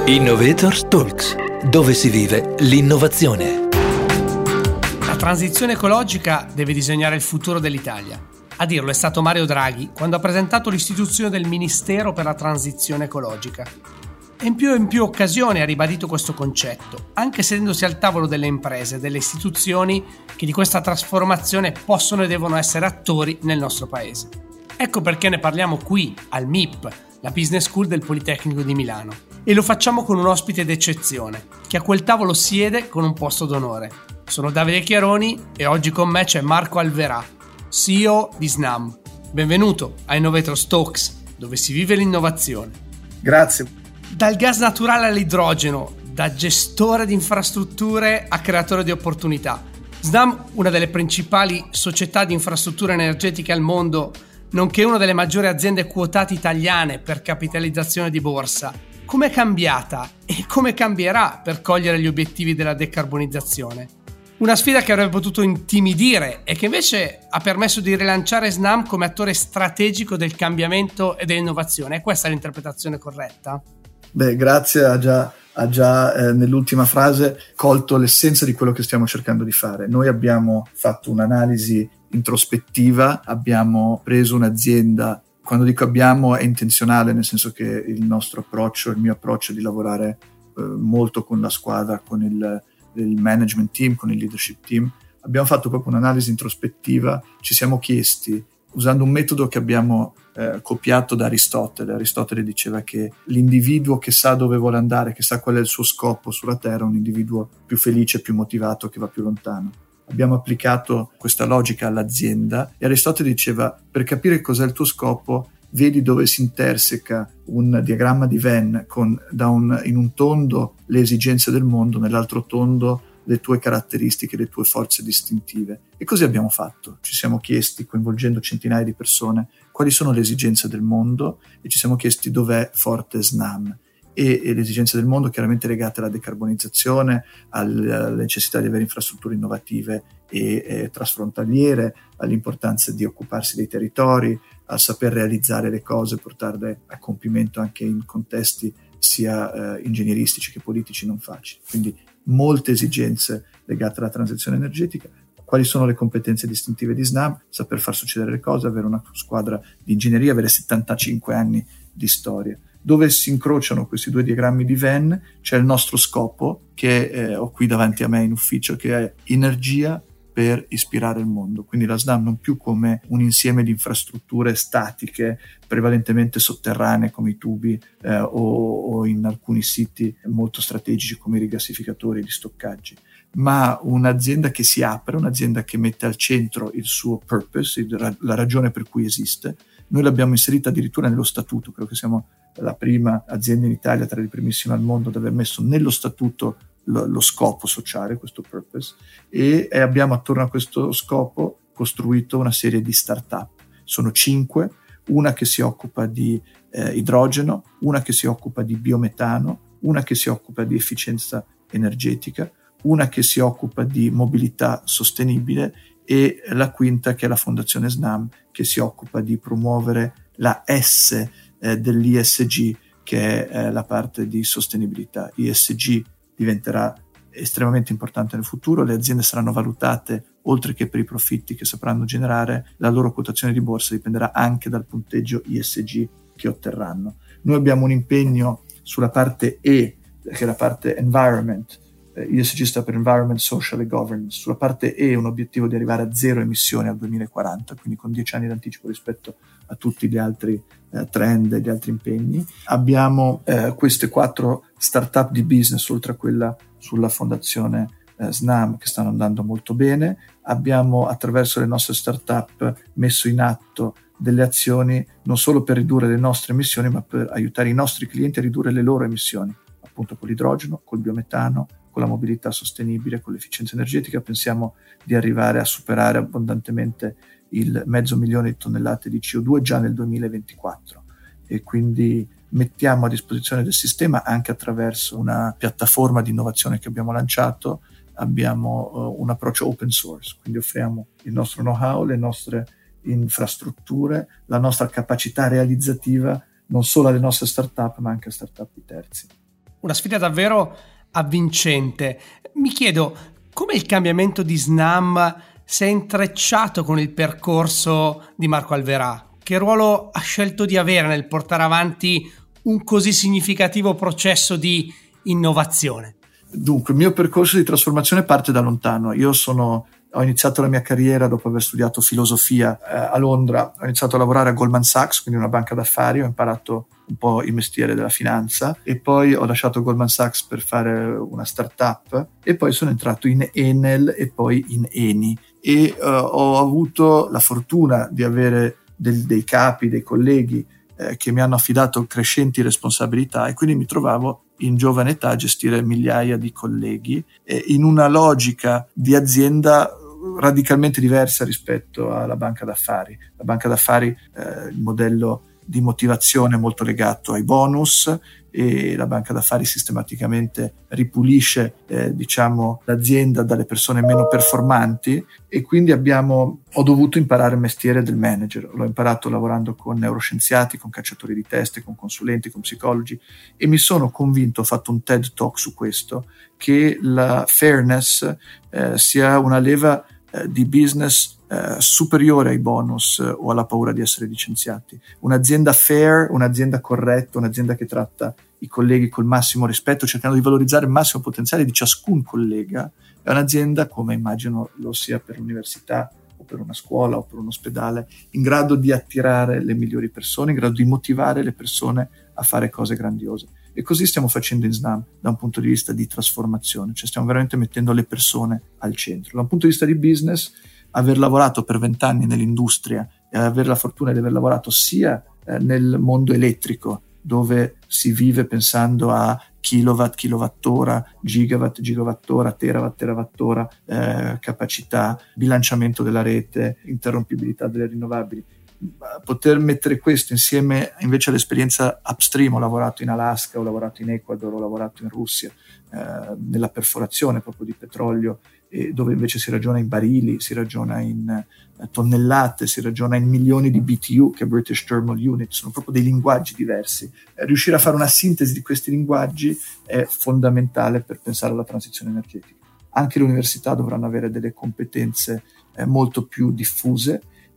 Innovators Talks, dove si vive l'innovazione. La transizione ecologica deve disegnare il futuro dell'Italia. A dirlo è stato Mario Draghi quando ha presentato l'istituzione del Ministero per la transizione ecologica. E in più occasioni ha ribadito questo concetto, anche sedendosi al tavolo delle imprese e delle istituzioni che di questa trasformazione possono e devono essere attori nel nostro paese. Ecco perché ne parliamo qui, al MIP, la Business School del Politecnico di Milano. E lo facciamo con un ospite d'eccezione, che a quel tavolo siede con un posto d'onore. Sono Davide Chiaroni e oggi con me c'è Marco Alverà, CEO di Snam. Benvenuto a Innovators Talks, dove si vive l'innovazione. Grazie. Dal gas naturale all'idrogeno, da gestore di infrastrutture a creatore di opportunità. Snam, una delle principali società di infrastrutture energetiche al mondo, nonché una delle maggiori aziende quotate italiane per capitalizzazione di borsa. Come è cambiata e come cambierà per cogliere gli obiettivi della decarbonizzazione? Una sfida che avrebbe potuto intimidire e che invece ha permesso di rilanciare Snam come attore strategico del cambiamento e dell'innovazione. È questa l'interpretazione corretta? Grazie, ha già nell'ultima frase colto l'essenza di quello che stiamo cercando di fare. Noi abbiamo fatto un'analisi introspettiva, abbiamo preso un'azienda. Quando dico abbiamo è intenzionale, nel senso che il mio approccio è di lavorare molto con la squadra, con il management team, con il leadership team. Abbiamo fatto proprio un'analisi introspettiva, ci siamo chiesti, usando un metodo che abbiamo copiato da Aristotele. Aristotele diceva che l'individuo che sa dove vuole andare, che sa qual è il suo scopo sulla Terra, è un individuo più felice, più motivato, che va più lontano. Abbiamo applicato questa logica all'azienda e Aristotele diceva: per capire cos'è il tuo scopo, vedi dove si interseca un diagramma di Venn in un tondo le esigenze del mondo, nell'altro tondo le tue caratteristiche, le tue forze distintive. E così abbiamo fatto. Ci siamo chiesti, coinvolgendo centinaia di persone, quali sono le esigenze del mondo e ci siamo chiesti dov'è forte Snam. E le esigenze del mondo chiaramente legate alla decarbonizzazione, alla necessità di avere infrastrutture innovative e trasfrontaliere, all'importanza di occuparsi dei territori, a saper realizzare le cose, portarle a compimento anche in contesti sia ingegneristici che politici non facili. Quindi molte esigenze legate alla transizione energetica. Quali sono le competenze distintive di Snam? Saper far succedere le cose, avere una squadra di ingegneria, avere 75 anni di storia. Dove si incrociano questi due diagrammi di Venn c'è il nostro scopo, che ho qui davanti a me in ufficio, che è energia per ispirare il mondo. Quindi la Snam non più come un insieme di infrastrutture statiche, prevalentemente sotterranee come i tubi o in alcuni siti molto strategici come i rigassificatori e gli stoccaggi, ma un'azienda che si apre, un'azienda che mette al centro il suo purpose, la ragione per cui esiste. Noi l'abbiamo inserita addirittura nello statuto, credo che siamo la prima azienda in Italia, tra le primissime al mondo, ad aver messo nello statuto lo scopo sociale, questo purpose, e abbiamo attorno a questo scopo costruito una serie di start-up. Sono 5, una che si occupa di idrogeno, una che si occupa di biometano, una che si occupa di efficienza energetica, una che si occupa di mobilità sostenibile e la quinta che è la Fondazione Snam, che si occupa di promuovere la S dell'ISG, che è la parte di sostenibilità. ISG diventerà estremamente importante nel futuro, le aziende saranno valutate oltre che per i profitti che sapranno generare, la loro quotazione di borsa dipenderà anche dal punteggio ISG che otterranno. Noi abbiamo un impegno sulla parte E, che è la parte environment. ESG sta per Environment, Social e Governance. Sulla parte E un obiettivo di arrivare a 0 emissioni al 2040, quindi con 10 anni d'anticipo rispetto a tutti gli altri trend e gli altri impegni. Abbiamo queste 4 start-up di business, oltre a quella sulla fondazione Snam, che stanno andando molto bene. Abbiamo, attraverso le nostre start-up, messo in atto delle azioni non solo per ridurre le nostre emissioni, ma per aiutare i nostri clienti a ridurre le loro emissioni, appunto con l'idrogeno, col biometano, con la mobilità sostenibile, con l'efficienza energetica. Pensiamo di arrivare a superare abbondantemente il 500.000 di tonnellate di CO2 già nel 2024 e quindi mettiamo a disposizione del sistema, anche attraverso una piattaforma di innovazione che abbiamo lanciato, abbiamo un approccio open source, quindi offriamo il nostro know-how, le nostre infrastrutture, la nostra capacità realizzativa non solo alle nostre startup ma anche a startup di terzi. Una sfida davvero avvincente. Mi chiedo come il cambiamento di Snam si è intrecciato con il percorso di Marco Alverà. Che ruolo ha scelto di avere nel portare avanti un così significativo processo di innovazione? Dunque, il mio percorso di trasformazione parte da lontano. Ho iniziato la mia carriera dopo aver studiato filosofia a Londra. Ho iniziato a lavorare a Goldman Sachs, quindi una banca d'affari. Ho imparato un po' il mestiere della finanza e poi ho lasciato Goldman Sachs per fare una startup e poi sono entrato in Enel e poi in Eni e ho avuto la fortuna di avere dei capi, dei colleghi che mi hanno affidato crescenti responsabilità e quindi mi trovavo in giovane età a gestire migliaia di colleghi in una logica di azienda radicalmente diversa rispetto alla banca d'affari. La banca d'affari, il modello di motivazione è molto legato ai bonus e la banca d'affari sistematicamente ripulisce l'azienda dalle persone meno performanti e quindi ho dovuto imparare il mestiere del manager. L'ho imparato lavorando con neuroscienziati, con cacciatori di teste, con consulenti, con psicologi e mi sono convinto, ho fatto un TED Talk su questo, che la fairness sia una leva di business superiore ai bonus o alla paura di essere licenziati. Un'azienda fair, un'azienda corretta, un'azienda che tratta i colleghi col massimo rispetto, cercando di valorizzare il massimo potenziale di ciascun collega, è un'azienda, come immagino lo sia per l'università o per una scuola o per un ospedale, in grado di attirare le migliori persone, in grado di motivare le persone a fare cose grandiose. E così stiamo facendo in Snam da un punto di vista di trasformazione, cioè stiamo veramente mettendo le persone al centro. Da un punto di vista di business, aver lavorato per 20 anni nell'industria e avere la fortuna di aver lavorato sia nel mondo elettrico, dove si vive pensando a kilowatt, kilowattora, gigawatt, gigawattora, terawatt, terawattora, capacità, bilanciamento della rete, interrompibilità delle rinnovabili. Poter mettere questo insieme invece all'esperienza upstream, ho lavorato in Alaska, ho lavorato in Ecuador, ho lavorato in Russia, nella perforazione proprio di petrolio, dove invece si ragiona in barili, si ragiona in tonnellate, si ragiona in milioni di BTU, che è British Thermal Unit, sono proprio dei linguaggi diversi. Riuscire a fare una sintesi di questi linguaggi è fondamentale per pensare alla transizione energetica. Anche le università dovranno avere delle competenze molto più diffuse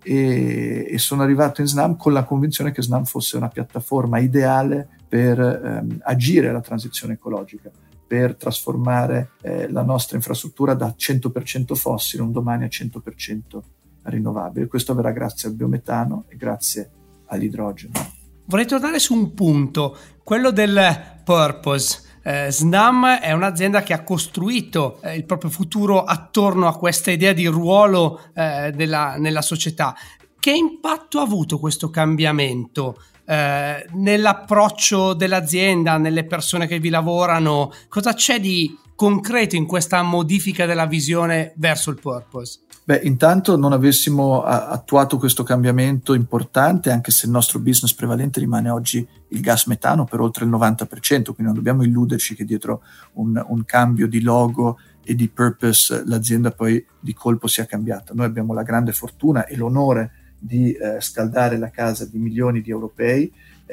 e sono arrivato in Snam con la convinzione che Snam fosse una piattaforma ideale per agire alla transizione ecologica, per trasformare la nostra infrastruttura da 100% fossile un domani a 100% rinnovabile. Questo avverrà grazie al biometano e grazie all'idrogeno. Vorrei tornare su un punto, quello del purpose. Snam è un'azienda che ha costruito il proprio futuro attorno a questa idea di ruolo nella società. Che impatto ha avuto questo cambiamento nell'approccio dell'azienda, nelle persone che vi lavorano? Cosa c'è di concreto in questa modifica della visione verso il purpose? Intanto non avessimo attuato questo cambiamento importante, anche se il nostro business prevalente rimane oggi il gas metano per oltre il 90%, quindi non dobbiamo illuderci che dietro un cambio di logo e di purpose l'azienda poi di colpo sia cambiata. Noi abbiamo la grande fortuna e l'onore di scaldare la casa di milioni di europei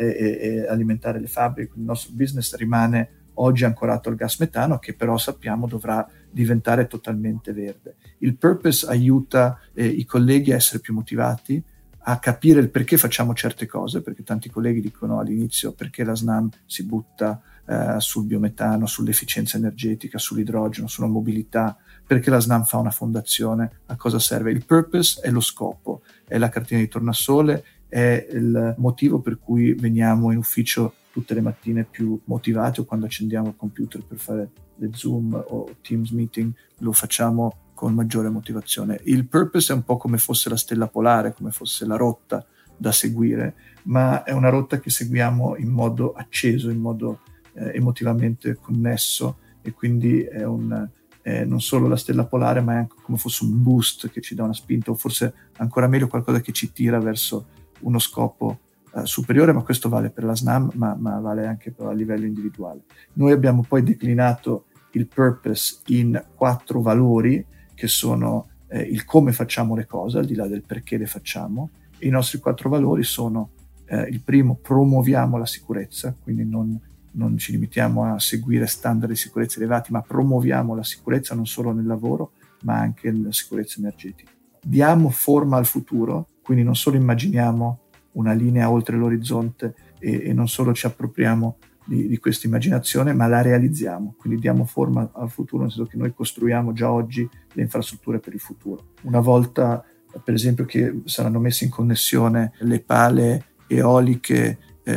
e alimentare le fabbriche, quindi il nostro business rimane oggi ancorato al gas metano, che però sappiamo dovrà diventare totalmente verde. Il purpose aiuta i colleghi a essere più motivati, a capire il perché facciamo certe cose, perché tanti colleghi dicono all'inizio perché la Snam si butta sul biometano, sull'efficienza energetica, sull'idrogeno, sulla mobilità, perché la Snam fa una fondazione, a cosa serve? Il purpose è lo scopo, è la cartina di tornasole, è il motivo per cui veniamo in ufficio tutte le mattine più motivati, o quando accendiamo il computer per fare le Zoom o Teams meeting lo facciamo con maggiore motivazione. Il purpose è un po' come fosse la stella polare, come fosse la rotta da seguire, ma è una rotta che seguiamo in modo acceso, in modo emotivamente connesso, e quindi è non solo la stella polare, ma è anche come fosse un boost che ci dà una spinta, o forse ancora meglio qualcosa che ci tira verso uno scopo superiore, ma questo vale per la Snam, ma vale anche però a livello individuale. Noi abbiamo poi declinato il purpose in 4 valori, che sono il come facciamo le cose, al di là del perché le facciamo. E i nostri 4 valori sono il primo: promuoviamo la sicurezza, quindi non non ci limitiamo a seguire standard di sicurezza elevati, ma promuoviamo la sicurezza non solo nel lavoro, ma anche nella sicurezza energetica. Diamo forma al futuro, quindi non solo immaginiamo una linea oltre l'orizzonte e non solo ci appropriamo di questa immaginazione, ma la realizziamo, quindi diamo forma al futuro, nel senso che noi costruiamo già oggi le infrastrutture per il futuro. Una volta, per esempio, che saranno messe in connessione le pale eoliche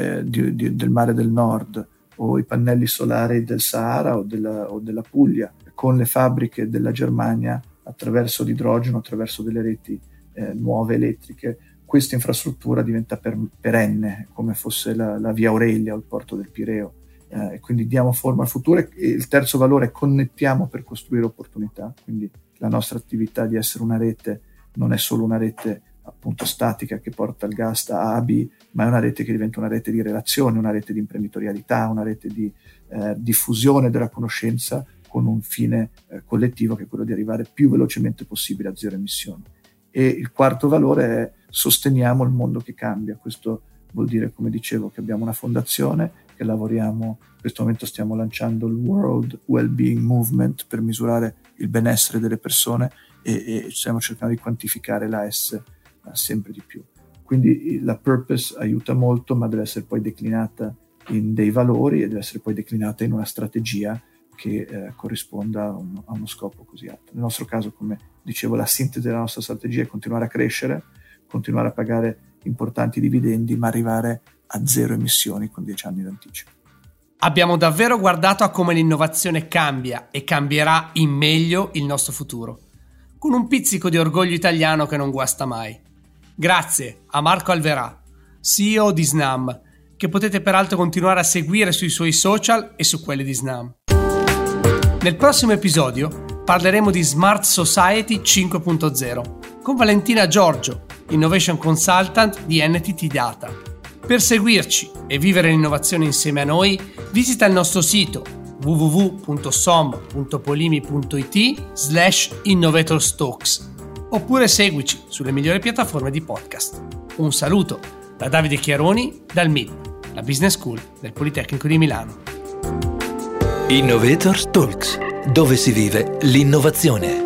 del mare del Nord o i pannelli solari del Sahara o della Puglia con le fabbriche della Germania attraverso l'idrogeno, attraverso delle reti nuove elettriche, questa infrastruttura diventa perenne, come fosse la via Aurelia o il porto del Pireo, e quindi diamo forma al futuro. E il terzo valore è connettiamo per costruire opportunità, quindi la nostra attività di essere una rete non è solo una rete appunto statica che porta il gas da A a B, ma è una rete che diventa una rete di relazioni, una rete di imprenditorialità, una rete di diffusione della conoscenza con un fine collettivo che è quello di arrivare più velocemente possibile a zero emissioni. E il quarto valore è sosteniamo il mondo che cambia. Questo vuol dire, come dicevo, che abbiamo una fondazione, che lavoriamo, in questo momento stiamo lanciando il World Wellbeing Movement per misurare il benessere delle persone e stiamo cercando di quantificare la S sempre di più. Quindi la purpose aiuta molto, ma deve essere poi declinata in dei valori e deve essere poi declinata in una strategia che corrisponda a uno scopo così alto. Nel nostro caso, come dicevo, la sintesi della nostra strategia è continuare a crescere, continuare a pagare importanti dividendi, ma arrivare a zero emissioni con 10 anni d'anticipo. Abbiamo davvero guardato a come l'innovazione cambia e cambierà in meglio il nostro futuro, con un pizzico di orgoglio italiano che non guasta mai. Grazie a Marco Alverà, CEO di Snam, che potete peraltro continuare a seguire sui suoi social e su quelli di Snam. Nel prossimo episodio parleremo di Smart Society 5.0 con Valentina Giorgio, Innovation Consultant di NTT Data. Per seguirci e vivere l'innovazione insieme a noi, visita il nostro sito www.som.polimi.it/innovatorstalks oppure seguici sulle migliori piattaforme di podcast. Un saluto da Davide Chiaroni dal MIP, la Business School del Politecnico di Milano. Innovators Talks, dove si vive l'innovazione.